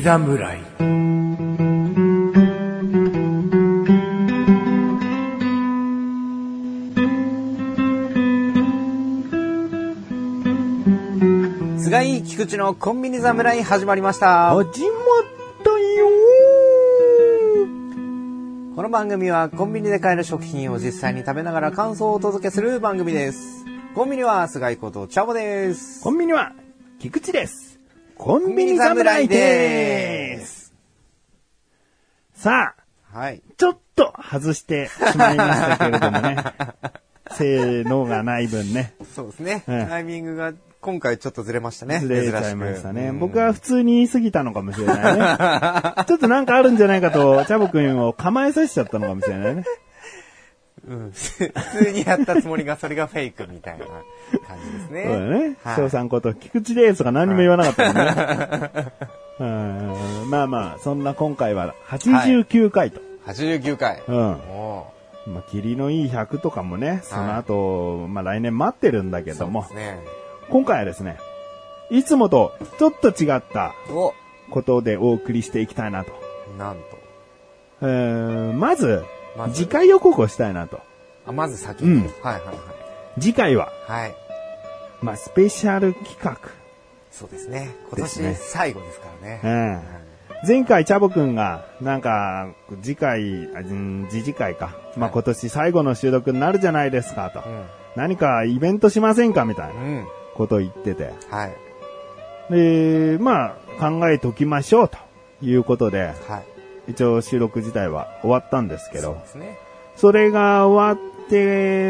侍。菅井菊池のコンビニ侍始まりました。 始まったよ。 この番組はコンビニで買える食品を実際に食べながら感想をお届けする番組です。コンビニは菅井ことチャボです。 コンビニは菊池です。コンビニ侍です。さあ、 はい、 ちょっと外してしまいましたけれどもね。性能がない分ね。 そうですね。タイミングが今回ちょっとずれましたね。 ずれちゃいましたね。僕は普通に言い過ぎたのかもしれないね。ちょっとなんかあるんじゃないかと、チャボくんを構えさせちゃったのかもしれないね。 うん、普通にやったつもりがそれがフェイクみたいな感じですね。 そうだね。翔さんこと菊池ですとか何にも言わなかったもんね。まあまあ、そんな今回は89回と。 89回。 うん。まあ、霧のいい100とかもね、その後、まあ来年待ってるんだけども。 そうですね。 今回はですね、いつもとちょっと違ったことでお送りしていきたいなと。 なんと。まず次回予告をしたいなと。 まず先に。はいはいはい。 次回は、 はい。 まあ、スペシャル企画。 そうですね。今年最後ですからね。 前回チャボくんが、なんか、次次回か。まあ、今年最後の収録になるじゃないですかと。何かイベントしませんかみたいなことを言ってて。 はい。 で、まあ、考えておきましょうということで、 はい。 一応収録自体は終わったんですけど、 そうですね。 それが終わって、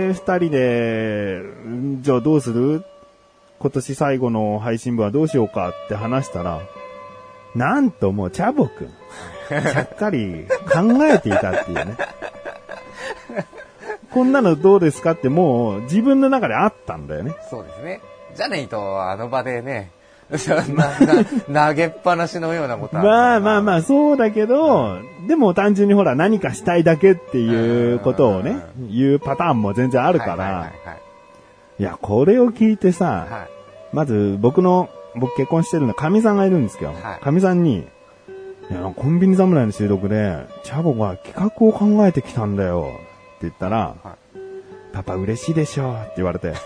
二人で、じゃあどうする？今年最後の配信分はどうしようかって話したら、なんともうチャボくん、ちゃっかり考えていたっていうね。こんなのどうですかってもう自分の中であったんだよね。 そうですね。じゃないとあの場でね、そんな投げっぱなしのようなことはまあそうだけど、でも単純にほら何かしたいだけっていうことをね、言うパターンも全然あるから、いやこれを聞いてさ、まず僕結婚してるの神さんがいるんですけど、神さんに、いやコンビニ侍の収録でチャボが企画を考えてきたんだよって言ったら、パパ嬉しいでしょって言われて。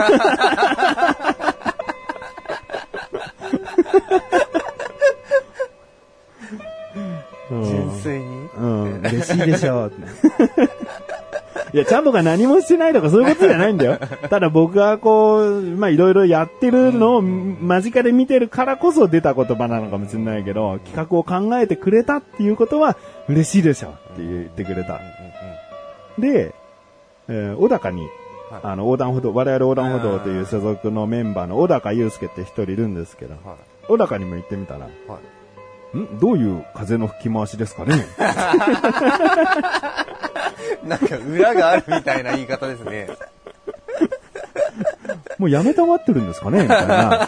純粋に、 嬉しいでしょって。いや、チャボが何もしてないとかそういうことじゃないんだよ。ただ僕がこう、まあいろいろやってるのを間近で見てるからこそ出た言葉なのかもしれないけど、企画を考えてくれたっていうことは嬉しいでしょって言ってくれた。で、小高に、横断歩道、我々横断歩道という所属のメンバーの小高祐介って一人いるんですけど、小高にも言ってみたら、どういう風の吹き回しですかねなんか裏があるみたいな言い方ですね。 もうやめたがってるんですかねみたいな。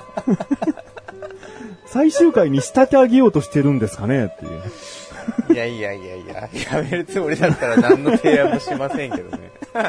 最終回に仕立て上げようとしてるんですかねっていう。 いや、やめるつもりだったら何の提案もしませんけどね。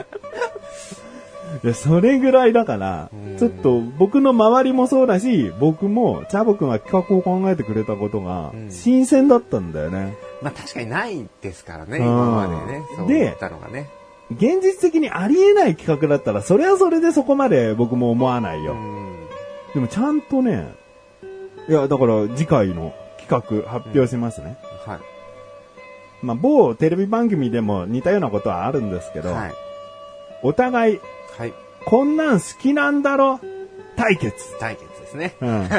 いや、それぐらいだから、ちょっと僕の周りもそうだし、僕もチャボくんが企画を考えてくれたことが新鮮だったんだよね。 まあ確かにないですからね、今までね。そういったのがね。 現実的にありえない企画だったら、それはそれでそこまで僕も思わないよ。でもちゃんとね、いや、だから次回の企画発表しますね。 はい。 まあ某テレビ番組でも似たようなことはあるんですけど、お互い、こんなん好きなんだろ対決ですね。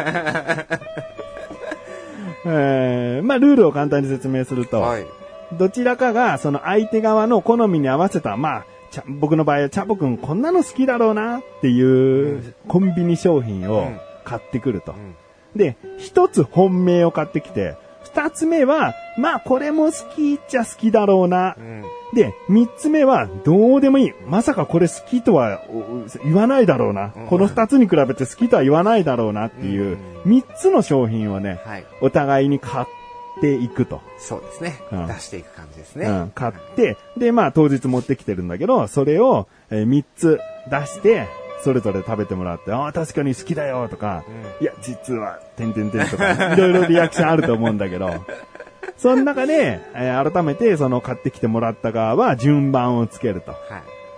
まあルールを簡単に説明すると、どちらかがその相手側の好みに合わせた、まあ僕の場合はチャボくんこんなの好きだろうなっていうコンビニ商品を買ってくると。で、一つ本命を買ってきて、二つ目は、まあこれも好きっちゃ好きだろうな。で、三つ目はどうでもいい。まさかこれ好きとは言わないだろうな。この二つに比べて好きとは言わないだろうなっていう、三つの商品をね、お互いに買っていくと。 そうですね。出していく感じですね。 買って、で、まあ当日持ってきてるんだけど、それを3つ出して、 それぞれ食べてもらって、ああ、確かに好きだよとか、いや、実は、てんてんてんとか、いろいろリアクションあると思うんだけど、その中で、改めて、その買ってきてもらった側は順番をつけると。はい、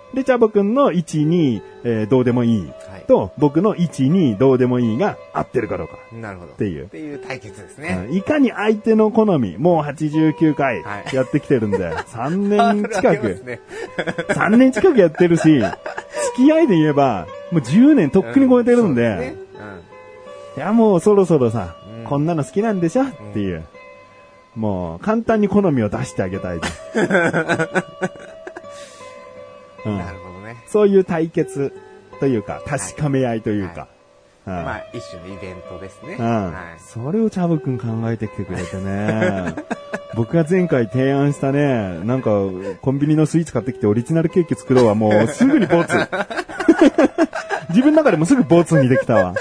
で、チャボくんの1、2、どうでもいい、はい、と、僕の1、2、どうでもいいが合ってるかどうか。 なるほど。 っていう対決ですね。 いかに相手の好み、もう89回やってきてるんで、はい、3年近く、ね、3年近くやってるし、付き合いで言えば、もう10年とっくに超えてるんで、ね、いやもうそろそろさ、こんなの好きなんでしょっていう、もう簡単に好みを出してあげたいです。 なるほどね。 そういう対決というか、確かめ合いというか。 はい、まあ、一種のイベントですね。 はい、それをチャブくん考えてきてくれてね。僕が前回提案したね、なんか、コンビニのスイーツ買ってきてオリジナルケーキ作ろうはもうすぐにボツ。自分の中でもすぐボツにできたわ。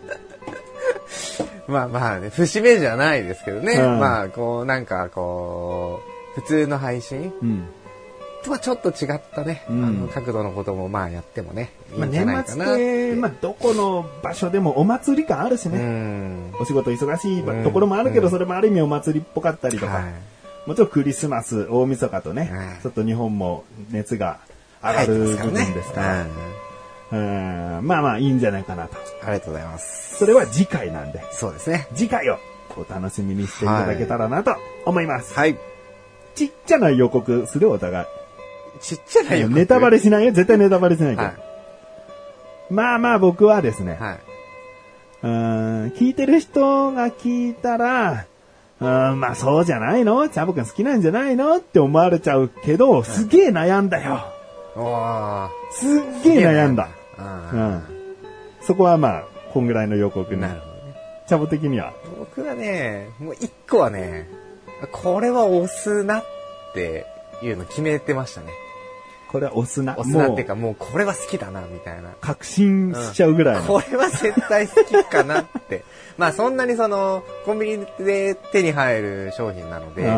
まあまあね、節目じゃないですけどね。まあ、こう、なんかこう、普通の配信、とはちょっと違ったね、角度のこともまあやってもね、いいんじゃないかなって。 年末って、まあどこの場所でもお祭り感あるしね。お仕事忙しいところもあるけど、それもある意味お祭りっぽかったりとか。もちろんクリスマス、大晦日とね、ちょっと日本も熱が上がる部分ですから。まあまあいいんじゃないかなと。 ありがとうございます。 それは次回なんで。 そうですね。 次回をお楽しみにしていただけたらなと思います。 はい。 ちっちゃな予告するお互い。 ちっちゃな予告。 ネタバレしないよ。絶対ネタバレしないけど。はい、まあまあ僕はですね。はい、聞いてる人が聞いたら、まあそうじゃないの？チャボくん好きなんじゃないの？って思われちゃうけど、すげえ悩んだよ。すっげえ悩んだ。そこはまあ、こんぐらいの予告に。なるほどね。チャボ的には。 僕はね、もう一個はね、これは押すなっていうの決めてましたね。 これは押すな。 押すなっていうか、もうこれは好きだな、みたいな。 確信しちゃうぐらいの。 これは絶対好きかなって。まあそんなにその、コンビニで手に入る商品なので、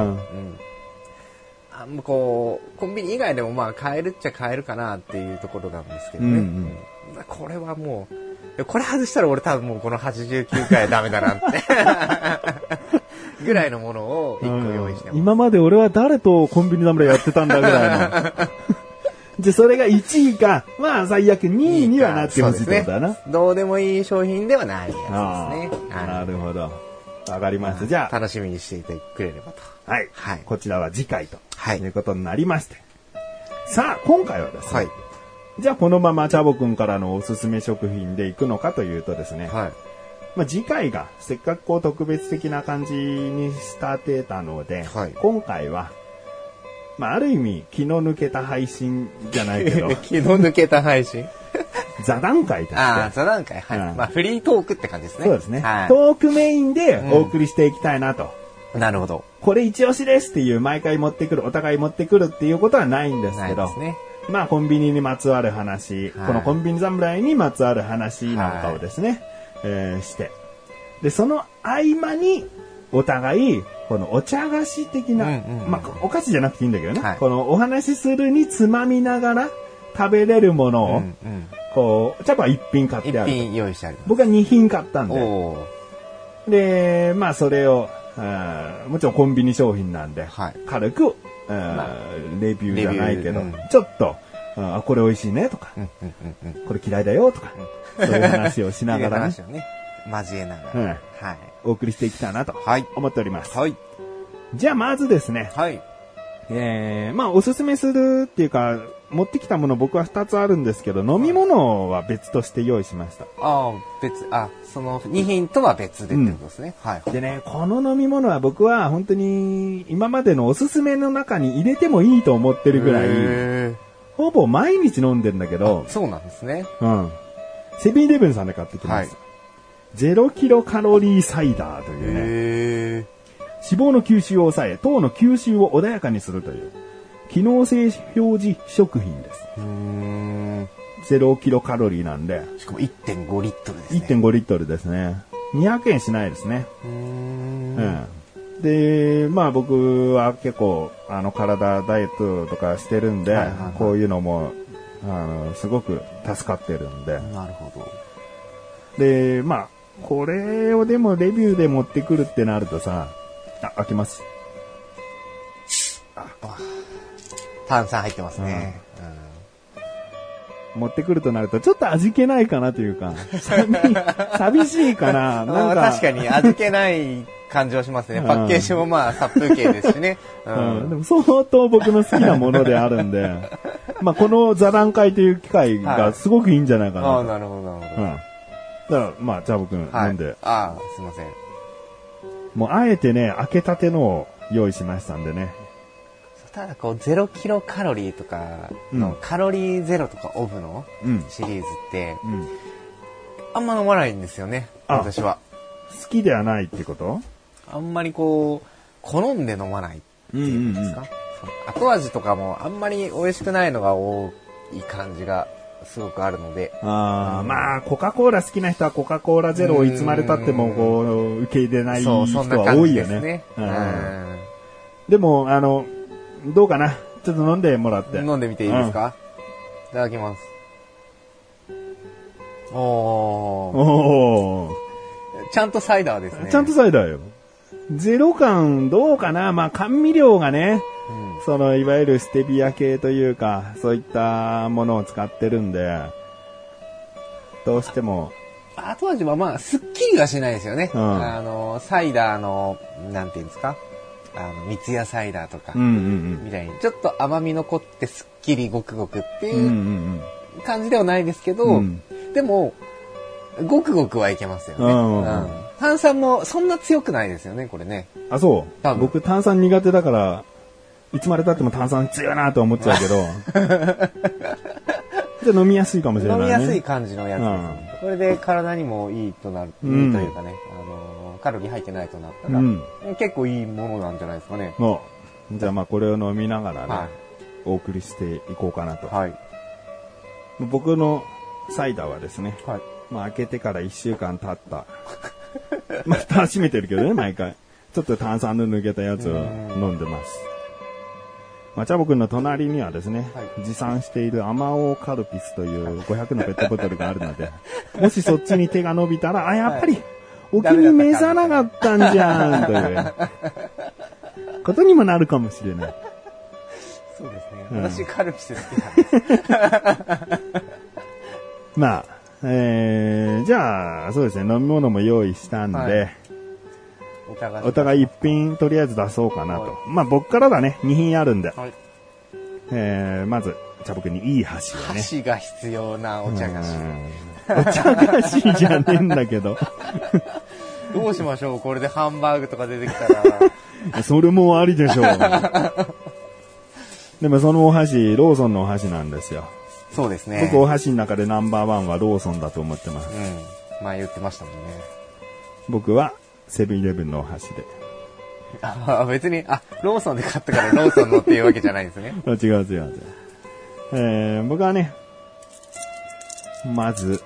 こう、コンビニ以外でもまあ買えるっちゃ買えるかなっていうところなんですけどね。これはもう、これ外したら俺多分もうこの89回ダメだなって。ぐらいのものを1個用意してます。 今まで俺は誰とコンビニ侍やってたんだぐらいの。じゃあそれが1位か、まあ最悪2位にはなってほしいってことだな、ね。 どうでもいい商品ではないやつですね。 なるほど。わかりました。じゃあ。 楽しみにしていてくれればと。 はい。はい。こちらは次回と。はい。いうことになりまして。さあ、今回はですね。はい。じゃあこのままチャボくんからのおすすめ食品でいくのかというとですね。はい。まあ次回がせっかくこう特別的な感じに仕立てたので、はい、今回は、まあある意味気の抜けた配信じゃないけど。 気の抜けた配信座談会として。 座談会。はい。まあフリートークって感じですね。 そうですね。はい、トークメインでお送りしていきたいなと。 なるほど。 これ一押しですっていう毎回持ってくる、お互い持ってくるっていうことはないんですけど。ですね。まあコンビニにまつわる話、はい、このコンビニ侍にまつわる話なんかをですね、はい、して。で、その合間にお互い、このお茶菓子的な、まあお菓子じゃなくていいんだけどね、はい、このお話しするにつまみながら食べれるものを、こう、チャパは1品買ってある。 1品用意してある。 僕は2品買ったんで。で、まあそれを、もちろんコンビニ商品なんで、はい、軽く、レビューじゃないけど、ちょっと、これ美味しいねとか、これ嫌いだよとか、そういう話をしながらね。 交えながら、はい、 お送りしていきたいなと思っております。はい。じゃあまずですね、はい。まあおすすめするっていうか、持ってきたもの僕は2つあるんですけど、飲み物は別として用意しました。 その2品とは別でってことですね。はい。 でね、この飲み物は僕は本当に今までのおすすめの中に入れてもいいと思ってるぐらい、ほぼ毎日飲んでんだけど、 そうなんですね。 うん。セブンイレブンさんで買ってきました。0キロカロリーサイダーというね、脂肪の吸収を抑え、糖の吸収を穏やかにするという、機能性表示食品です。0キロカロリーなんで。 しかも 1.5 リットルですね。 1.5 リットルですね。200円しないですね。で、まあ僕は結構、体ダイエットとかしてるんで、こういうのもすごく助かってるんで。 なるほど。 で、まあ、これをでもレビューで持ってくるってなるとさ、開けます。 炭酸入ってますね。 持ってくるとなると、ちょっと味気ないかなというか、寂しいかな。なんか確かに味気ない感じはしますね。パッケージもまあ殺風景ですしね。 でも相当僕の好きなものであるんで、まあこの座談会という機会がすごくいいんじゃないかなと。 なるほど、なるほど。 だからまあ、チャボくん飲んで。 すいません。 もうあえてね、開けたてのを用意しましたんでね。 ただこう0キロカロリーとかのカロリーゼロとかオフのシリーズってあんま飲まないんですよね、私は。 好きではないってこと？ あんまりこう好んで飲まないっていうんですか。後味とかもあんまり美味しくないのが多い感じがすごくあるので。 まあコカ・コーラ好きな人はコカ・コーラゼロをいつまで経ってもこう受け入れない人は多いよね。でもどうかな、ちょっと飲んでもらって。 飲んでみていいですか？いただきます。ちゃんとサイダーですね。 ちゃんとサイダーよ。ゼロ感どうかな、まあ甘味料がね、そのいわゆるステビア系というか、そういったものを使ってるんで、どうしても。 後味はまあすっきりはしないですよね。サイダーのなんていうんですか。三ツ矢サイダーとかみたいにちょっと甘み残ってすっきりごくごくっていう感じではないですけど、でもごくごくはいけますよね。炭酸もそんな強くないですよね、これね。 そう僕炭酸苦手だからいつまで経っても炭酸強いなと思っちゃうけどじゃあ飲みやすいかもしれないね。 飲みやすい感じのやつですね。これで体にもいいとなる、いいというかね、カロリー入ってないとなったら、結構いいものなんじゃないですかね。 じゃあまあこれを飲みながらね、お送りしていこうかなと。僕のサイダーはですね、まあ開けてから1週間経った。まあ蓋閉めてるけどね、毎回。ちょっと炭酸の抜けたやつを飲んでます。まあ、チャボくんの隣にはですね、持参しているアマオカルピスという500のペットボトルがあるので、もしそっちに手が伸びたら、やっぱり、お気に召さなかったんじゃん、ということにもなるかもしれない。 そうですね。私、カルピス好きなんです。 まあ、じゃあ、そうですね、飲み物も用意したんで、お互い一品とりあえず出そうかなと。まあ僕からだね、2品あるんで。まず、チャボくんにいい箸をね。 箸が必要なお茶菓子。 お茶菓子じゃねえんだけど。 どうしましょう、これでハンバーグとか出てきたら。それもありでしょう。でもそのお箸、ローソンのお箸なんですよ。 そうですね。 僕お箸の中でナンバーワンはローソンだと思ってます。 前言ってましたもんね。 僕はセブンイレブンのお箸で。 別に、ローソンで買ったからローソンのっていうわけじゃないですね。 違う。僕はね、まず、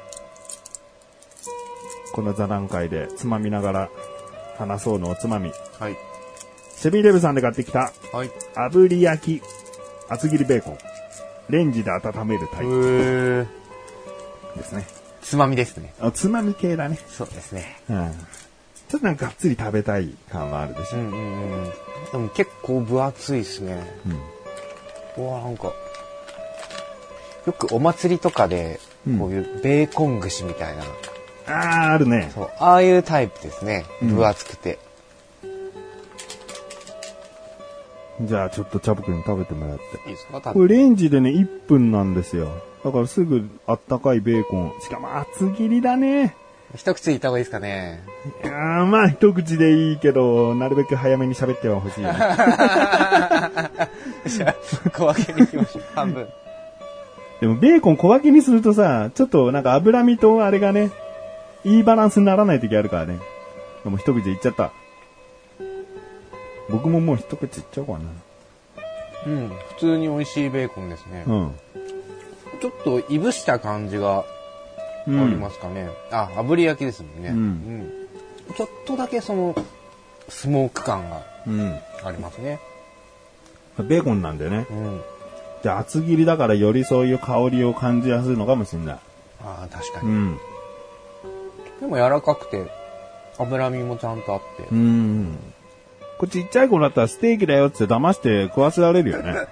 この座談会でつまみながら話そうのおつまみ。セブンイレブンさんで買ってきた、炙り焼き、厚切りベーコン。レンジで温めるタイプ。ですね。 つまみですね。 つまみ系だね。 そうですね。 ちょっとなんかがっつり食べたい感はあるでしょ。 でも結構分厚いですね。なんか、よくお祭りとかで、こういうベーコン串みたいな。 あるね。 そう、ああいうタイプですね。分厚くて。 じゃあちょっとチャボくん食べてもらって。 いいですか？ これレンジでね、1分なんですよ。だからすぐあったかいベーコン。しかも厚切りだね。 一口いった方がいいですかね。 まあ一口でいいけど、なるべく早めに喋ってはほしい、ね。 じゃあ、小分けにいきましょう。半分。 でもベーコン小分けにするとさ、ちょっとなんか脂身とあれがね、いいバランスにならない時あるからね。でも一口でいっちゃった。僕ももう一口いっちゃおうかな。 普通に美味しいベーコンですね。ちょっといぶした感じがありますかね。炙り焼きですもんね。ちょっとだけそのスモーク感がありますね。 ベーコンなんでね。 で、厚切りだからよりそういう香りを感じやすいのかもしれない。 ああ、確かに。でも柔らかくて、脂身もちゃんとあって。 これちっちゃい子だったらステーキだよって騙して食わせられるよね。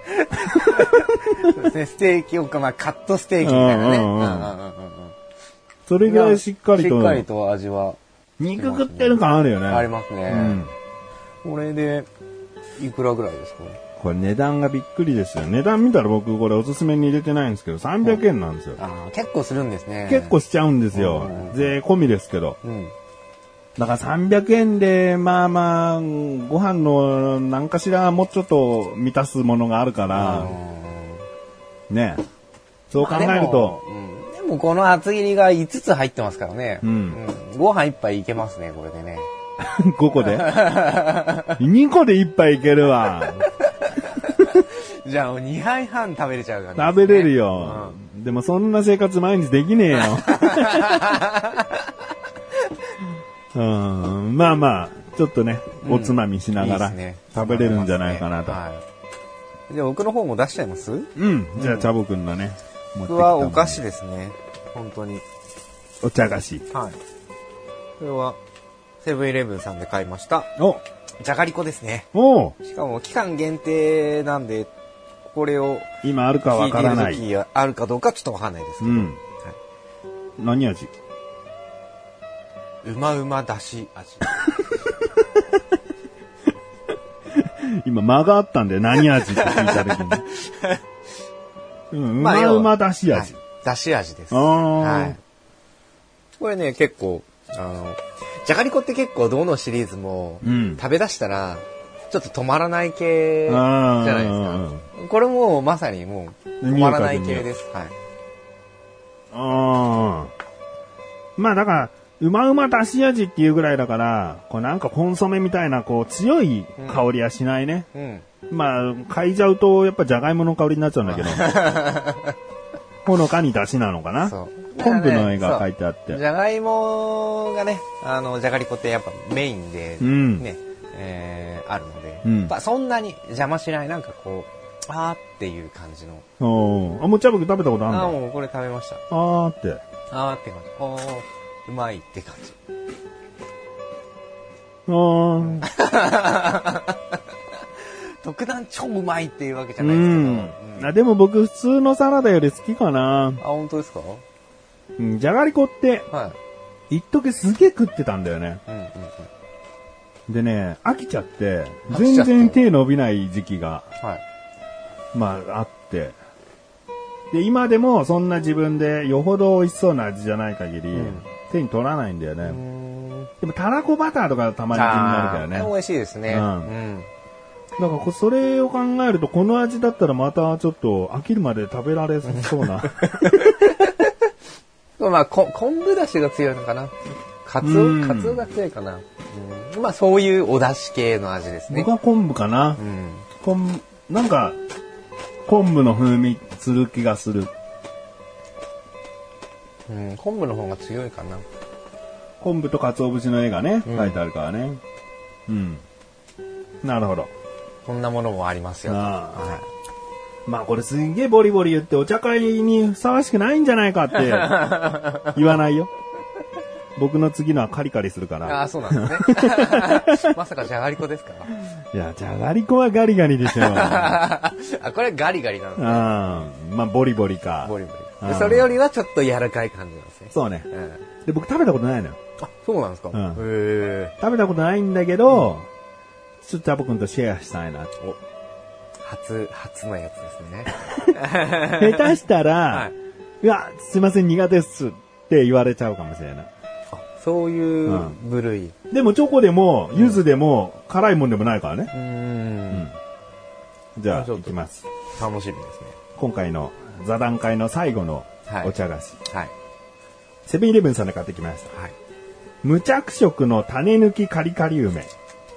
そうですね、ステーキをカットステーキみたいなね。 それぐらいしっかりと味は。 肉食ってる感あるよね。 ありますね。これで、いくらぐらいですか？ これ値段がびっくりですよ。値段見たら僕これおすすめに入れてないんですけど、300円なんですよ。 結構するんですね。 結構しちゃうんですよ。税込みですけど。だから300円で、まあまあ、ご飯の何かしらもうちょっと満たすものがあるから、ね。そう考えると。 でもこの厚切りが5つ入ってますからね。ご飯1杯いけますね、これでね。 5個で ?2 個で1杯いけるわ。 じゃあ2杯半食べれちゃうからね。 食べれるよ。でもそんな生活毎日できねえよ。まあまあ、ちょっとね、おつまみしながら食べれるんじゃないかなと。 じゃあ僕の方も出しちゃいます？ じゃあチャボくんのね。 僕はお菓子ですね。本当に。 お茶菓子。 はい。これは、セブンイレブンさんで買いました。じゃがりこですね。しかも期間限定なんで、これを今あるかわからない。 時あるかどうかちょっとわかんないですけど。 何味？ うまうまだし味。 今間があったんで何味って聞いた時に。うまうまだし味。 だし味です。はい。これね、結構、じゃがりこって結構どのシリーズも食べ出したらちょっと止まらない系じゃないですか。これもまさにもう止まらない系です。 はい。まあだからうまうまだし味っていうぐらいだから、こうなんかコンソメみたいなこう強い香りはしないね。まあ嗅いじゃうとやっぱじゃがいもの香りになっちゃうんだけど。ほのかにだしなのかな。昆布の絵が描いてあって。 じゃがいもがね、じゃがりこってやっぱメインでね、あるので、そんなに邪魔しない、なんかこう、あーっていう感じの。 もうチャボくん食べたことあるんだ。 もうこれ食べました。 あーって。 あーって感じ。うまいって感じ。特段超うまいっていうわけじゃないですけど。 でも僕普通のサラダより好きかな。 本当ですか？ じゃがりこって、一時すげえ食ってたんだよね。でね、飽きちゃって、全然手伸びない時期が、まああって、で、今でもそんな自分でよほど美味しそうな味じゃない限り、手に取らないんだよね。でもたらこバターとかたまに気になるけどね。 美味しいですね。 だからそれを考えるとこの味だったらまたちょっと飽きるまで食べられそうな。 まあ昆布だしが強いのかな。カツオが強いかな。まあそういうお出汁系の味ですね。 僕は昆布かな。なんか昆布の風味する気がする。 昆布の方が強いかな。 昆布と鰹節の絵がね、書いてあるからね。なるほど。 こんなものもありますよ。 まあこれすんげえボリボリ言ってお茶会にふさわしくないんじゃないかって言わないよ。僕の次のはカリカリするから。 そうなんですね。まさかじゃがりこですか？ いや、じゃがりこはガリガリでしょ。 これガリガリなんですね。 まあボリボリか。 ボリボリ。それよりはちょっと柔らかい感じなんですね。 そうね。で、僕食べたことないのよ。 そうなんですか？ 食べたことないんだけど、ちょっとチャボくんとシェアしたいな。 初のやつですね。 下手したら、いや、すいません、苦手っすって言われちゃうかもしれない。 そういう部類。 でもチョコでも、柚子でも、辛いもんでもないからね。じゃあ、いきます。 楽しみですね。 今回の座談会の最後のお茶菓子。セブンイレブンさんで買ってきました。無着色の種抜きカリカリ梅。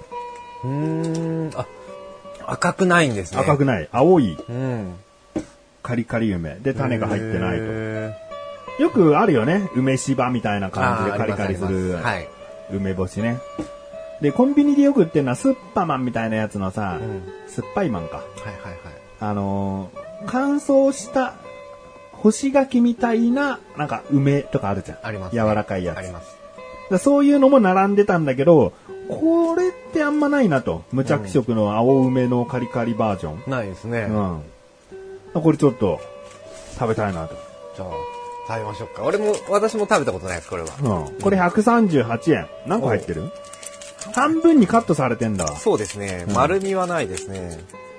赤くないんですね。 赤くない。青い。カリカリ梅。で、種が入ってないと。よくあるよね。梅しばみたいな感じでカリカリする梅干しね。で、コンビニでよく売ってるのはスッパマンみたいなやつのさ、酸っぱいマンか。 乾燥した干し柿みたいな、なんか梅とかあるじゃん。 あります、ね。 柔らかいやつ。 あります。 そういうのも並んでたんだけど、これってあんまないなと。無着色の青梅のカリカリバージョン。 ないですね。 うん。これちょっと食べたいなと。 じゃあ、食べましょうか。私も食べたことないです、これは。 うん。これ138円。何個入ってる？半分にカットされてんだ。 そうですね。丸みはないですね。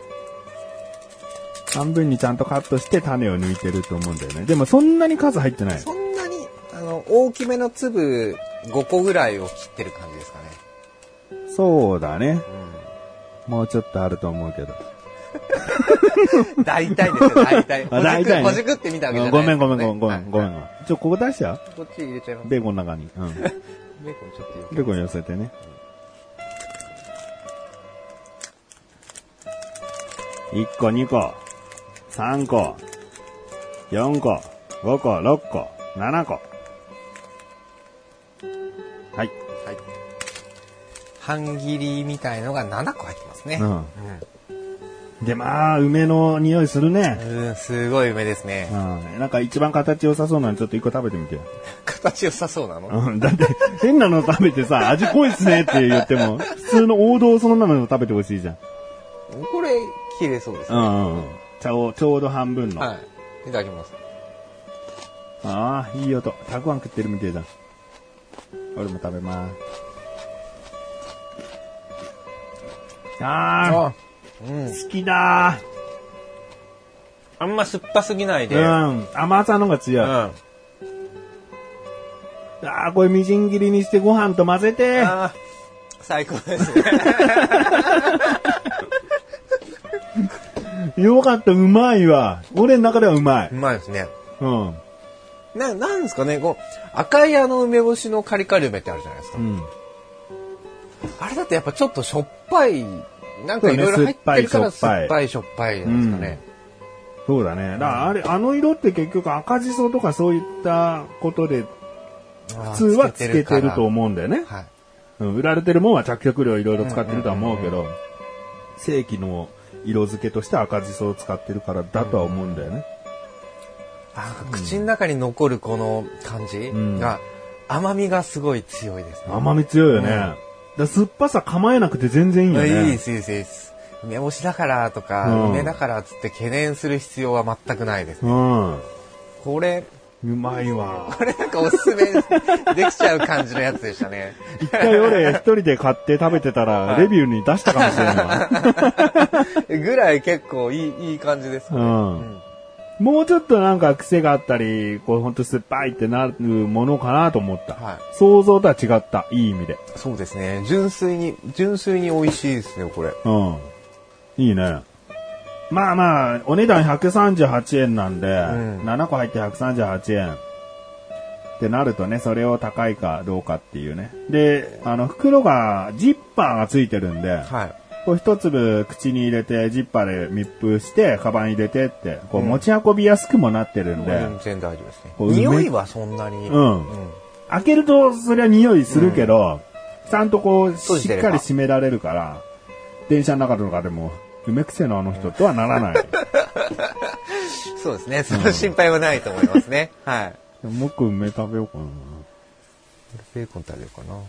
半分にちゃんとカットして種を抜いてると思うんだよね。でもそんなに数入ってない。 そんなに、大きめの粒5個ぐらいを切ってる感じですかね。 そうだね。もうちょっとあると思うけど。 大体ですよ、大体。ほじくってみたわけじゃない、 ごめん。ここ出しちゃう？ こっち入れちゃいます。 ベーコンの中に。うん。 ベーコンちょっとベーコン寄せてね。1個、2個、3個、4個、5個、6個、7個。はい。 半切りみたいのが7個入ってますね。 で、まあ、梅の匂いするね。 すごい梅ですね。 なんか一番形良さそうなのちょっと1個食べてみてよ。 形良さそうなの？ だって、変なの食べてさ、味濃いっすねって言っても、普通の王道そのままの食べてほしいじゃん。 これ、切れそうですね。 ちょうど半分の。 はい。いただきます。 ああ、いい音。たくあん食ってるみたいだ。俺も食べます。好きだあんま酸っぱすぎないで。 甘さのが強い。これみじん切りにしてご飯と混ぜて。 最高ですね。 よかった、うまいわ。俺の中ではうまい。 うまいですね。なんですかね、赤い梅干しのカリカリ梅ってあるじゃないですか。あれだとやっぱちょっとしょっぱい、なんかいろいろ入ってるから酸っぱいしょっぱいなんですかね。 そうだね。だからあの色って結局赤じそとかそういったことで普通はつけてると思うんだよね。売られてるもんは着色料いろいろ使ってるとは思うけど、正規の色付けとして赤じそを使ってるからだとは思うんだよね。 口の中に残るこの感じが、甘みがすごい強いですね。 甘み強いよね。酸っぱさ構えなくて全然いいよね。 いいです。梅干しだからとか、梅だからつって懸念する必要は全くないですね。これ、 うまいわ。 これなんかおすすめできちゃう感じのやつでしたね。 一回俺一人で買って食べてたら、レビューに出したかもしれない。 ぐらい結構いい感じですね。 もうちょっとなんか癖があったり、ほんと酸っぱいってなるものかなと思った。想像とは違った。いい意味で。 そうですね。純粋に美味しいですね、これ。 いいね。まあ、お値段138円なんで、7個入って138円。ってなるとね、それを高いかどうかっていうね。で、袋が、ジッパーがついてるんで、こう一粒口に入れて、ジッパーで密封して、カバン入れてって、こう持ち運びやすくもなってるんで。 全然大丈夫ですね。匂いはそんなに。 開けると、そりゃ匂いするけど、ちゃんとこう、しっかり閉められるから、電車の中とかでも、梅くせのあの人とはならない。 そうですね。その心配はないと思いますね。 もう一個梅食べようかな。 ベーコン食べようかな。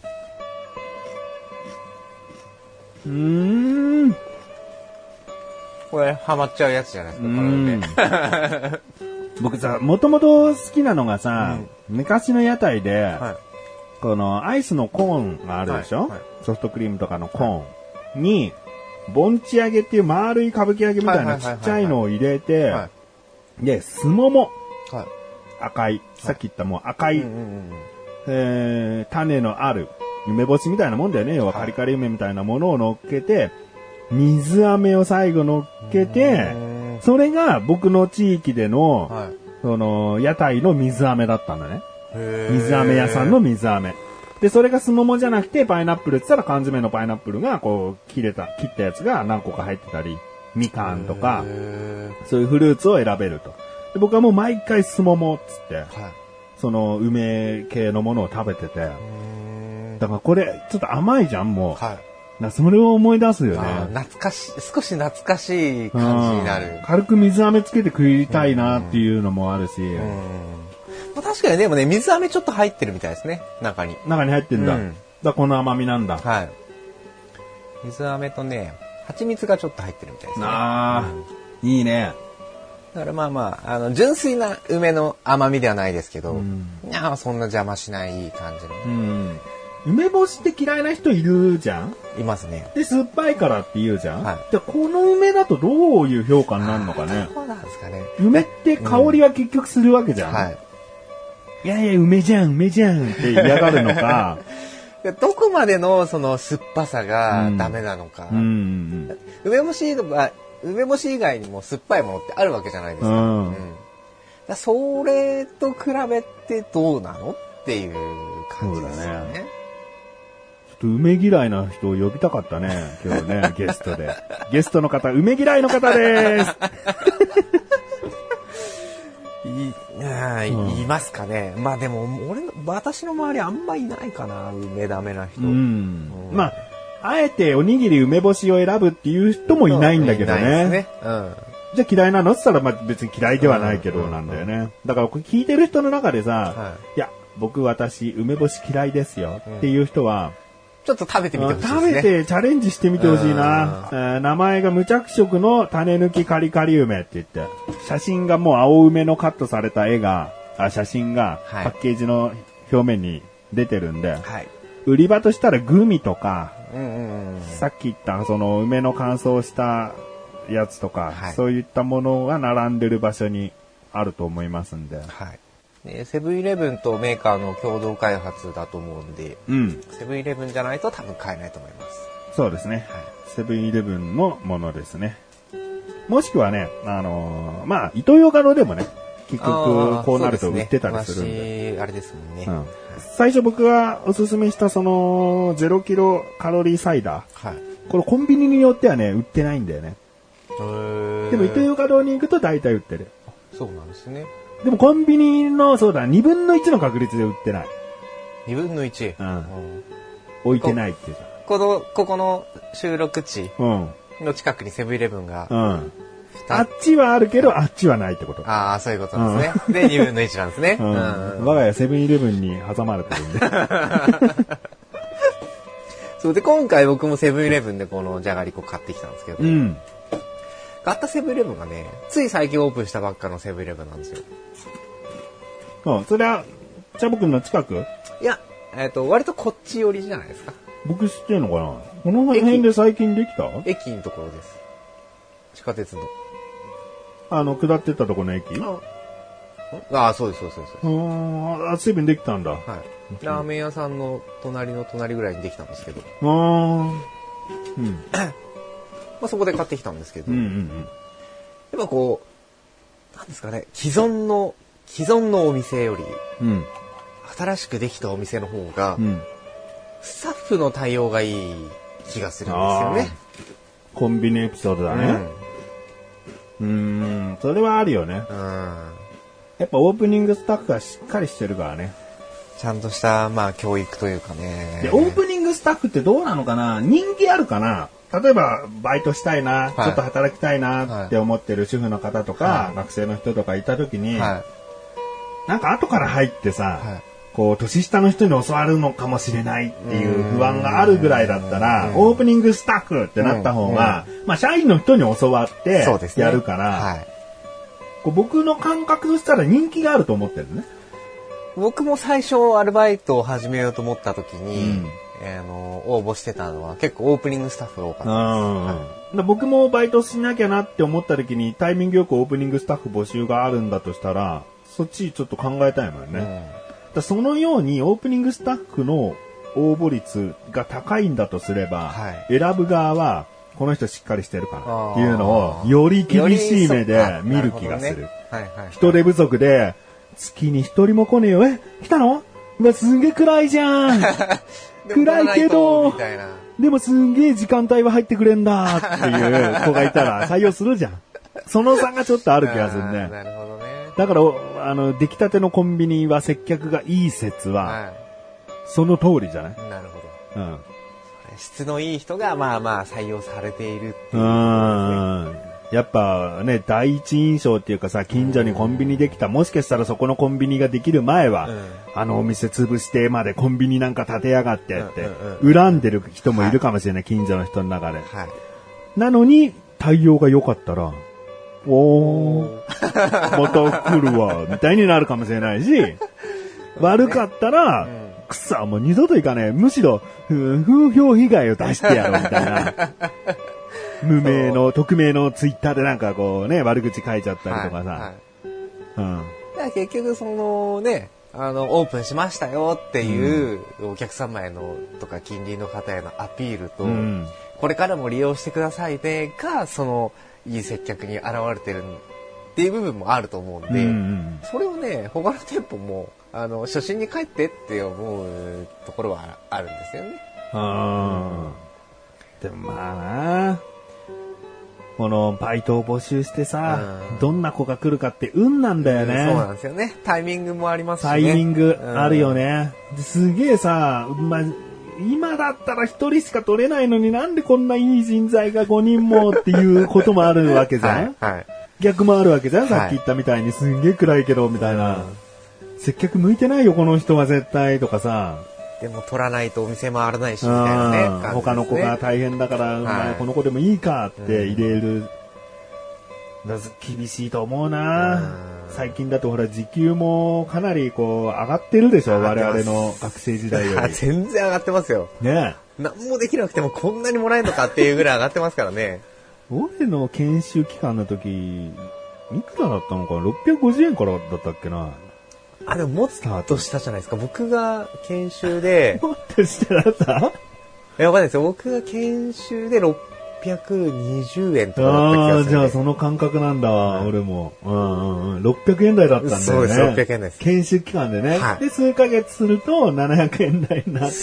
これハマっちゃうやつじゃないですか。 僕さ、もともと好きなのがさ、昔の屋台で、このアイスのコーンがあるでしょ、ソフトクリームとかのコーンに、盆地揚げっていう丸い歌舞伎揚げみたいなちっちゃいのを入れて、で、すもも、赤い、さっき言ったもう赤い、種のある、梅干しみたいなもんだよね。要はカリカリ梅みたいなものを乗っけて、水飴を最後乗っけて、それが僕の地域での、その、屋台の水飴だったんだね。水飴屋さんの水飴。で、それがすももじゃなくて、パイナップルって言ったら缶詰のパイナップルが、こう、切ったやつが何個か入ってたり、みかんとか、そういうフルーツを選べると。で僕はもう毎回すももっつって、その梅系のものを食べてて、だからこれ、ちょっと甘いじゃん、もう。 それを思い出すよね。 少し懐かしい感じになる。 軽く水飴つけて食いたいなっていうのもあるし。 まあ、確かにでもね、水飴ちょっと入ってるみたいですね、中に入ってんだ。この甘みなんだ。 はい。水飴とね、蜂蜜がちょっと入ってるみたいですね。 いいね。 だからまあ純粋な梅の甘みではないですけど、そんな邪魔しない感じの。 梅干しって嫌いな人いるじゃん？ いますね。 で、酸っぱいからって言うじゃん？はい。じゃあこの梅だとどういう評価になるのかね？ そうなんですかね。 梅って香りは結局するわけじゃん？はい。いやいや、梅じゃんって嫌がるのか。 どこまでのその酸っぱさがダメなのか。梅干し以外にも酸っぱいものってあるわけじゃないですか。それと比べてどうなのっていう感じですよね。 ちょっと梅嫌いな人を呼びたかったね、今日ね、ゲストで。ゲストの方、梅嫌いの方です。 いますかね。まあでも私の周りあんまいないかな、梅ダメな人。 まああえておにぎり梅干しを選ぶっていう人もいないんだけどね。じゃあ嫌いなのって言ったら、まあ別に嫌いではないけどなんだよね。だから聞いてる人の中でさ、いや私梅干し嫌いですよっていう人は、 ちょっと食べてみてほしいですね。 食べてチャレンジしてみてほしいな。名前が無着色の種抜きカリカリ梅って言って、写真がもう青梅のカットされた写真がパッケージの表面に出てるんで、売り場としたらグミとか、さっき言ったその梅の乾燥したやつとか、そういったものが並んでる場所にあると思いますんで。 セブンイレブンとメーカーの共同開発だと思うんで、セブンイレブンじゃないと多分買えないと思います。 そうですね。セブンイレブンのものですね。もしくはね、まあ、イトーヨーカドーでもね、結局こうなると売ってたりするんで。 あれですもんね。 最初僕がおすすめしたその0キロカロリーサイダー。これコンビニによってはね、売ってないんだよね。でもイトーヨーカドーに行くと大体売ってる。 そうなんですね。 でもコンビニの、そうだ、2分の1の確率で売ってない。 2分の 1？ 置いてないっていうか。 ここの収録地の近くにセブンイレブンが。 あっちはあるけど、あっちはないってこと。 そういうことですね。で、2分の1なんですね。 我が家セブンイレブンに挟まれてるんで。 そうで、今回僕もセブンイレブンでこのじゃがりこ買ってきたんですけど、買ったセブンイレブンがね、つい最近オープンしたばっかのセブンイレブンなんですよ。 それは、チャボくんの近く？ いや、割とこっち寄りじゃないですか。 僕知ってるのかな？この辺で最近できた？ 駅のところです。地下鉄の。 下ってったところの駅？ そうです、そうです。 セブンできたんだ。 ラーメン屋さんの隣の隣ぐらいにできたんですけど。まあ、そこで買ってきたんですけど、やっぱこう、なんですかね、既存のお店より、新しくできたお店の方が、スタッフの対応がいい気がするんですよね。 コンビニエピソードだね。それはあるよね。やっぱオープニングスタッフがしっかりしてるからね。 ちゃんとした、まあ、教育というかね。 で、オープニングスタッフってどうなのかな？人気あるかな？例えば、バイトしたいな、ちょっと働きたいなって思ってる主婦の方とか、学生の人とかいたときに、なんか後から入ってさ、こう、年下の人に教わるのかもしれないっていう不安があるぐらいだったら、オープニングスタッフってなった方が、まあ、社員の人に教わってやるから、こう僕の感覚としたら人気があると思ってるね。 僕も最初アルバイトを始めようと思った時に、応募してたのは結構オープニングスタッフが多かったです。 僕もバイトしなきゃなって思った時にタイミングよくオープニングスタッフ募集があるんだとしたら、そっちちょっと考えたいもんね。そのようにオープニングスタッフの応募率が高いんだとすれば、選ぶ側はこの人しっかりしてるからっていうのをより厳しい目で見る気がする。人手不足で月に一人も来ねえよ。来たの？すんげえ暗いじゃん。暗いけど、でもすんげえ時間帯は入ってくれんだっていう子がいたら採用するじゃん。その差がちょっとある気がするね。 なるほどね。 だから出来たてのコンビニは接客がいい説は、その通りじゃない？ なるほど。 質のいい人がまあまあ採用されているっていう、ね。 やっぱね、第一印象っていうかさ、近所にコンビニできた、もしかしたらそこのコンビニができる前は、あのお店潰してまでコンビニなんか建てやがってって、恨んでる人もいるかもしれない、近所の人の中で。なのに、対応が良かったら、おー、また来るわ、みたいになるかもしれないし、悪かったら、くさ、もう二度と行かねえ。むしろ、風評被害を出してやろう、みたいな。無名の、匿名のツイッターでなんかこうね、悪口書いちゃったりとかさ。 結局そのね、オープンしましたよっていう、お客様へのとか近隣の方へのアピールと、これからも利用してくださいねが、その、いい接客に現れてるっていう部分もあると思うんで、それをね、他の店舗も、初心に帰ってって思うところはあるんですよね。 でもまあな、このバイトを募集してさ、どんな子が来るかって運なんだよね。 そうなんですよね。タイミングもありますしね。 タイミングあるよね。すげえさ、今だったら1人しか取れないのになんでこんないい人材が5人もっていうこともあるわけじゃん。逆もあるわけじゃん。さっき言ったみたいにすんげえ暗いけどみたいな。接客向いてないよこの人は絶対とかさ。 でも取らないとお店回らないしみたいなね。 他の子が大変だから、この子でもいいかって入れる。厳しいと思うな。最近だとほら時給もかなりこう上がってるでしょ、我々の学生時代より。 全然上がってますよ。ね。何もできなくてもこんなにもらえるのかっていうぐらい上がってますからね。 俺の研修期間の時いくらだったのかな、650円からだったっけな。 でももっとしたじゃないですか。僕が研修でもっとしたらさ、 わかんないですよ。僕が研修で620円とかだった気がする。 じゃあその感覚なんだ、俺も。600円台だったんだよね。 そうです、600円台です。 研修期間でね。で、数ヶ月すると700円台になって、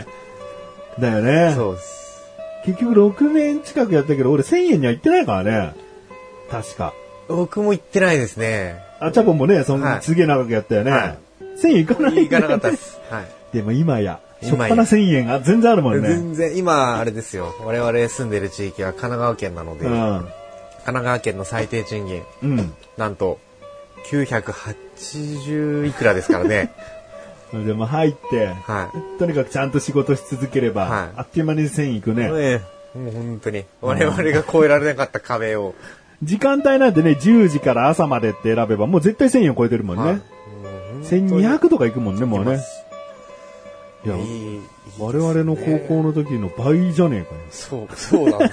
だよね。 そうです。 結局6年近くやったけど、俺1000円には行ってないからね。確か。 僕も行ってないですね。 チャポンもね、すげえ長くやったよね。1000円行かない。 行かなかったです。 でも今や。しょっぱな1000円が全然あるもんね。 全然、今、あれですよ。我々住んでる地域は神奈川県なので、神奈川県の最低賃金、なんと、980いくらですからね。 でも入って、とにかくちゃんと仕事し続ければ、あっという間に1000円いくね。 もう本当に、我々が超えられなかった壁を。 時間帯なんてね、10時から朝までって選べば、もう絶対1000円を超えてるもんね。1200とかいくもんね、もうね。いや、我々の高校の時の倍じゃねえかよ。 そうなんです。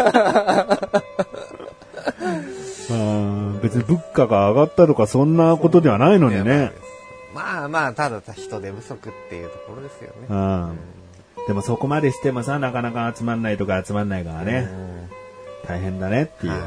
別に物価が上がったとかそんなことではないのにね。 まあまあ、ただ人手不足っていうところですよね。 でもそこまでしてもさ、なかなか集まんないとか集まんないからね。大変だねっていう。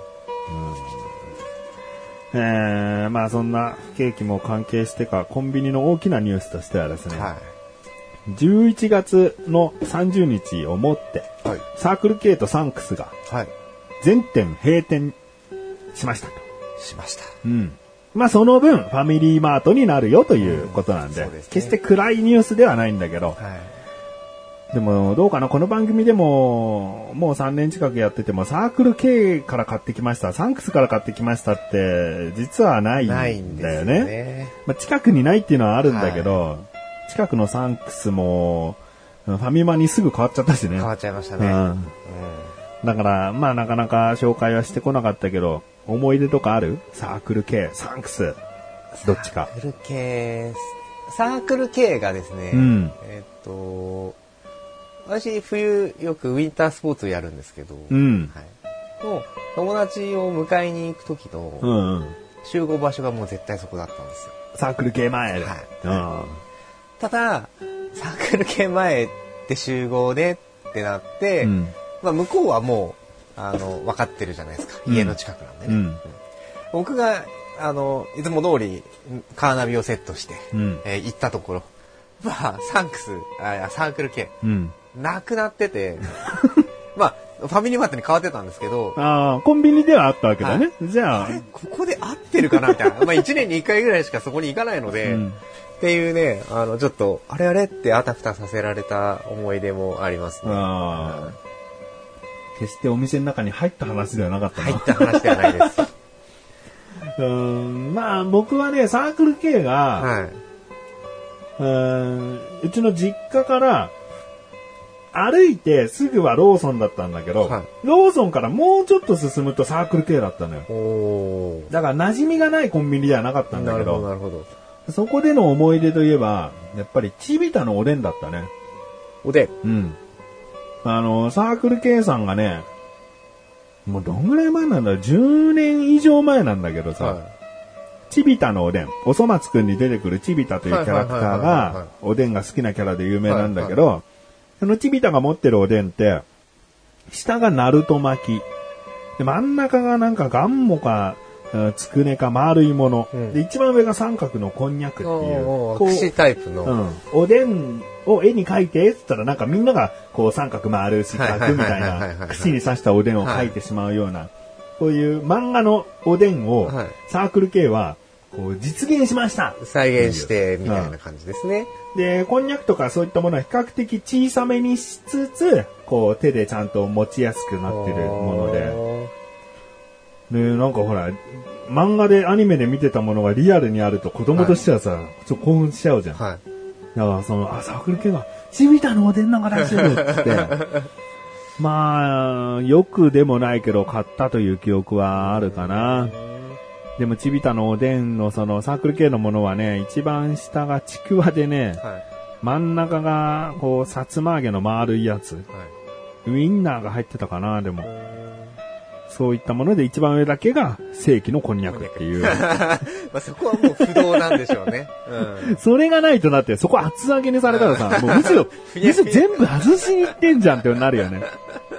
まあそんな不景気も関係してか、コンビニの大きなニュースとしてはですね、11月の30日をもって、サークル K とサンクスが全店閉店しましたと。 しました。 まあその分ファミリーマートになるよということなんで、決して暗いニュースではないんだけど、でもどうかな、この番組でももう3年近くやっててもサークル K から買ってきました、サンクスから買ってきましたって実はないんだよね。まあ、近くにないっていうのはあるんだけど、近くのサンクスもファミマにすぐ変わっちゃったしね。 変わっちゃいましたね。 だからまあなかなか紹介はしてこなかったけど、思い出とかある？サークル K、サンクスどっちか。 サークル K がですね、私冬よくウィンタースポーツをやるんですけど、の友達を迎えに行く時の集合場所がもう絶対そこだったんですよ。 サークル K 前で。 ただサークル K 前で集合でってなって、まあ向こうはもう分かってるじゃないですか、家の近くなんでね。僕がいつも通りカーナビをセットして、行ったところ、まあサークル系、なくなってて、まあファミリーマートに変わってたんですけど、 コンビニではあったわけだね。じゃあここで合ってるかなみたいな。まあ1年に1回ぐらいしかそこに行かないので、 っていうね、ちょっと、あれあれってあたふたさせられた思い出もありますね。 決してお店の中に入った話ではなかったな。 入った話ではないです。 まあ僕はね、サークル系が、うちの実家から歩いてすぐはローソンだったんだけど、ローソンからもうちょっと進むとサークル系だったのよ。だから馴染みがないコンビニではなかったんだけど、 なるほど。 そこでの思い出といえば、やっぱりチビタのおでんだったね。 おでん？ うん。サークル系さんがね、もうどんぐらい前なんだろう、10年以上前なんだけどさ、チビタのおでん、おそ松くんに出てくるチビタというキャラクターが、おでんが好きなキャラで有名なんだけど、そのチビタが持ってるおでんって、下がナルト巻き、で真ん中がなんかガンモか、つくねか丸いもの、で一番上が三角のこんにゃくっていう、 串タイプの、 おでんを絵に描いてって言ったらなんかみんながこう三角丸四角みたいな串に刺したおでんを描いてしまうような、こういう漫画のおでんをサークル系はこう実現しました。 再現してみたいな感じですね。 で、こんにゃくとかそういったものは比較的小さめにしつつ、こう手でちゃんと持ちやすくなってるもので。で、なんかほら、漫画でアニメで見てたものがリアルにあると子供としてはさ、ちょっと興奮しちゃうじゃん。だからサークル系が、チビタのおでんなんか出してるって。まあ、よくでもないけど買ったという記憶はあるかな。でもチビタのおでんのそのサークル系のものはね、一番下がちくわでね、真ん中がこうさつま揚げの丸いやつ、ウインナーが入ってたかな。でもそういったもので一番上だけが正規のこんにゃくっていうまあそこはもう不動なんでしょうね、 それがないとなってそこ厚揚げにされたらさもうむしろ全部外しに行ってんじゃんってなるよね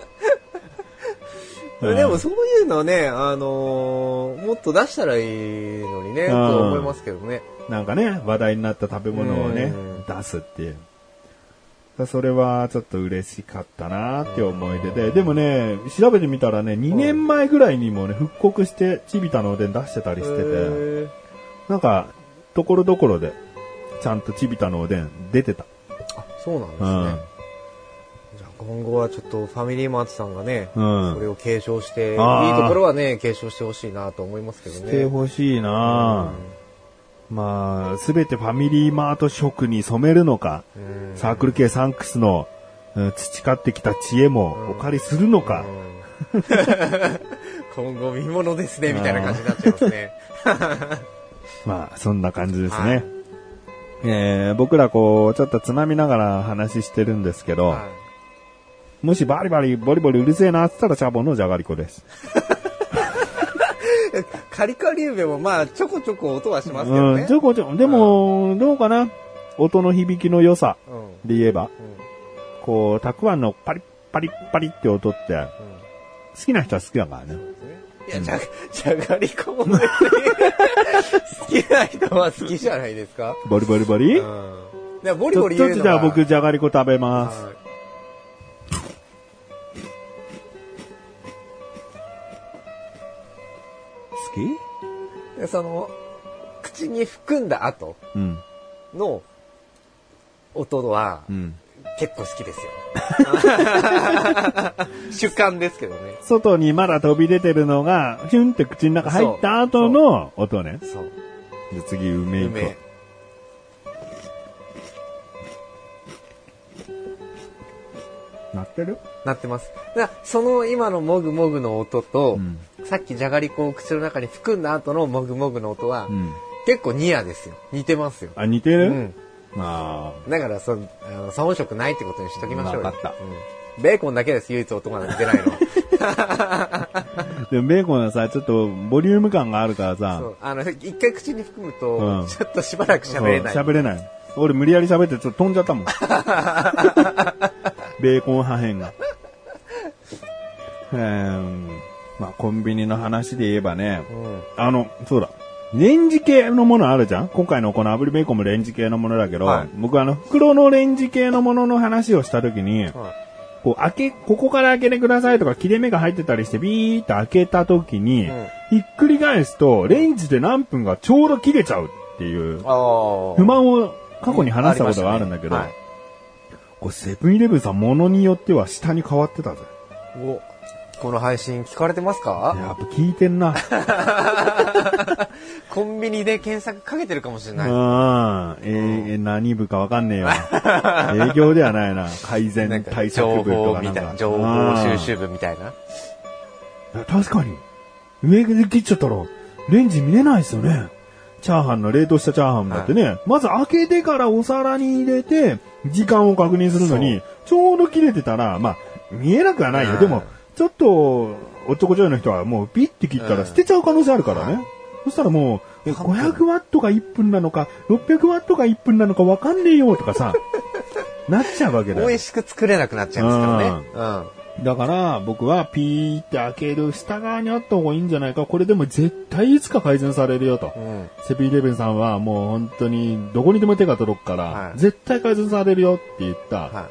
でもそういうのね、もっと出したらいいのにね、と思いますけどね。 なんかね、話題になった食べ物をね、出すっていう。それはちょっと嬉しかったなーって思い出で。でもね、調べてみたらね、2年前ぐらいにもね、復刻してチビタのおでん出してたりしてて、なんか、ところどころで、ちゃんとチビタのおでん出てた。 あ、そうなんですね。じゃあ今後はちょっとファミリーマートさんがね、それを継承して、いいところはね、継承してほしいなと思いますけどね。 してほしいなまあ、すべてファミリーマート色に染めるのか、サークル系サンクスの培ってきた知恵もお借りするのか。 今後見ものですね、みたいな感じになっちゃいますね。 まあ、そんな感じですね。僕らこう、ちょっとつまみながら話してるんですけど、もしバリバリ、ボリボリうるせえなって言ったらチャボのじゃがりこです。 カリカリ梅もまあちょこちょこ音はしますけどね。 ちょこちょこ。でも、どうかな音の響きの良さで言えば。こう、たくあんのパリッパリッパリって音って、好きな人は好きだからね。 いや、じゃがりこも別に好きな人は好きじゃないですか。 ボリボリボリ？ ボリボリ言うのは。 ちょっとじゃあ僕じゃがりこ食べます。 好き？その口に含んだ後の音は結構好きですよ。主観ですけどね。 外にまだ飛び出てるのがヒュンって口の中入った後の音ね。そう。で次梅いこう。鳴ってる？ 鳴ってます。その今のもぐもぐの音と、さっきじゃがりこを口の中に含んだ後のもぐもぐの音は、結構ニアですよ。似てますよ。 あ、似てる？ だから遜色ないってことにしときましょうよ。分かった。ベーコンだけです、唯一音が出ないの。 でもベーコンはさ、ちょっとボリューム感があるからさ。 一回口に含むと、ちょっとしばらく喋れない。 喋れない。俺無理やり喋ってちょっと飛んじゃったもん。ベーコン破片が。まあコンビニの話で言えばね、そうだ。レンジ系のものあるじゃん？今回のこの炙りベーコンもレンジ系のものだけど、僕袋のレンジ系のものの話をしたときに、ここから開けてくださいとか切れ目が入ってたりしてビーって開けたときに、ひっくり返すとレンジで何分がちょうど切れちゃうっっていう不満を過去に話したことがあるんだけど、はい、これセブンイレブンさんものによっては下に変わってたぜ。 お、この配信聞かれてますか？ やっぱ聞いてんな。 コンビニで検索かけてるかもしれない。 何部かわかんねえよ。営業ではないな。改善対策部とかなんか。 情報収集部みたいな。 確かに。上で切っちゃったら、レンジ見れないですよね。チャーハンの冷凍したチャーハンだってね、はい、まず開けてからお皿に入れて、時間を確認するのに、ちょうど切れてたら、まあ、見えなくはないよ。でも、ちょっと、おっちょこちょいの人はもうピッて切ったら捨てちゃう可能性あるからね。そしたらもう、500ワットが1分なのか、600ワットが1分なのか分かんねえよとかさ、なっちゃうわけだよ。 美味しく作れなくなっちゃいますからね。 だから僕はピーって開ける下側にあった方がいいんじゃないか。これでも絶対いつか改善されるよと。セブンイレブンさんはもう本当にどこにでも手が届くから、絶対改善されるよって言った。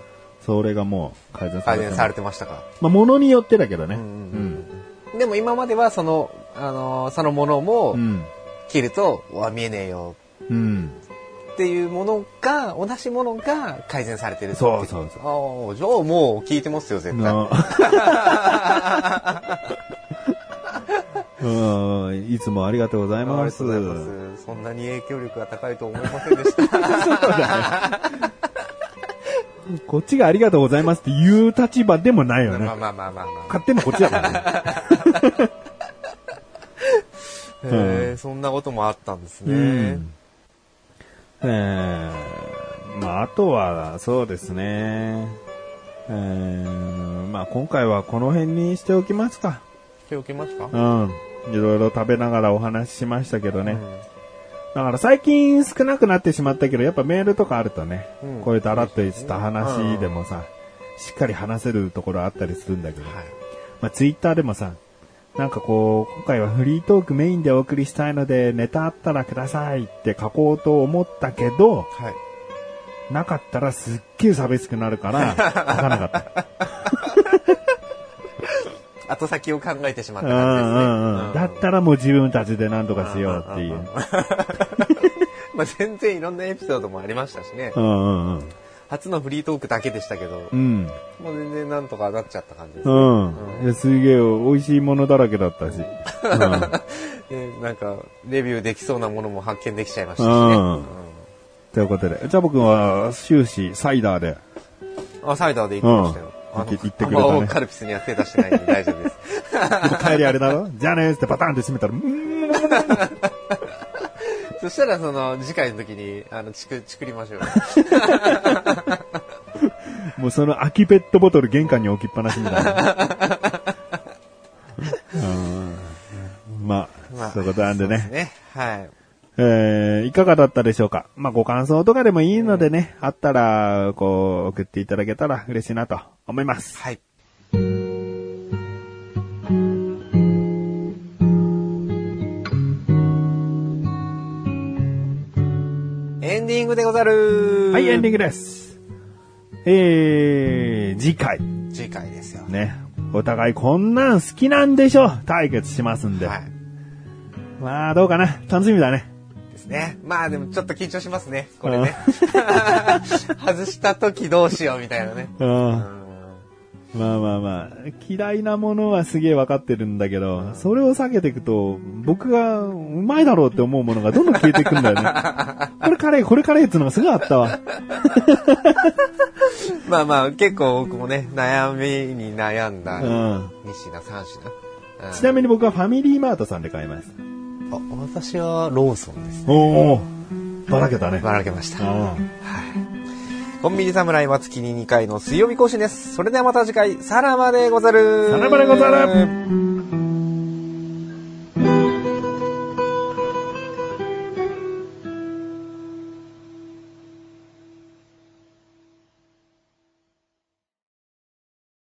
それがもう改善されてましたか。 まあ物によってだけどね。 でも今まではそのものも切ると、見えねえよ。っていうものが、同じものが改善されてるって。 そうそうそう。じゃあもう聞いてますよ、絶対。 いつもありがとうございます。 そんなに影響力が高いと思いませんでした。そうだね。こっちがありがとうございますっていう立場でもないよね。 まあ。 勝手にこっちだからね。そんなこともあったんですね。 まあ、あとは、そうですね。まあ、今回はこの辺にしておきますか。 しておきますか？ いろいろ食べながらお話ししましたけどね。だから最近少なくなってしまったけど、やっぱメールとかあるとね、こういうだらっとした話でもさ、しっかり話せるところあったりするんだけど、まあ、ツイッターでもさ、なんかこう、今回はフリートークメインでお送りしたいので、ネタあったらくださいって書こうと思ったけど、なかったらすっげえ差別くなるから、書かなかった。 後先を考えてしまった感じですね。 だったらもう自分たちで何とかしようっていう。 まあ全然いろんなエピソードもありましたしね。初のフリートークだけでしたけど、もう全然なんとかなっちゃった感じですね。 すげえ美味しいものだらけだったし。 なんかレビューできそうなものも発見できちゃいましたしね。 ということで、じゃあ僕は終始サイダーで。 サイダーで行きましたよ。 言ってくれたね。 カルピスには手出してないんで大丈夫です。 でも帰りあれだろ？じゃあねーってパターンって閉めたら、 そしたら次回の時に作りましょう。 もうその空きペットボトル玄関に置きっぱなしみたいな。まあ、そういうことなんでね。 そうですね。はい。 いかがだったでしょうか。まあ、ご感想とかでもいいのでね、あったら、こう、送っていただけたら嬉しいなと思います。 はい。エンディングでござる。 はい、エンディングです。次回ですよ。 ね。お互いこんなん好きなんでしょ対決しますんで。はい。まあ、どうかな。楽しみだね。 ね。まあでもちょっと緊張しますね。これね。外した時どうしようみたいなね。 まあ。嫌いなものはすげえ分かってるんだけど、それを避けていくと、僕がうまいだろうって思うものがどんどん消えていくんだよね。これカレーっていうのがすごいあったわ。 まあ結構僕もね、悩みに悩んだ2品3 品。ちなみに僕はファミリーマートさんで買いました。 私はローソンですね。 おー。ばらけたね。 ばらけました。はい。コンビニ侍は月に2回の水曜日更新です。それではまた次回、さらばでござる。 さらばでござる。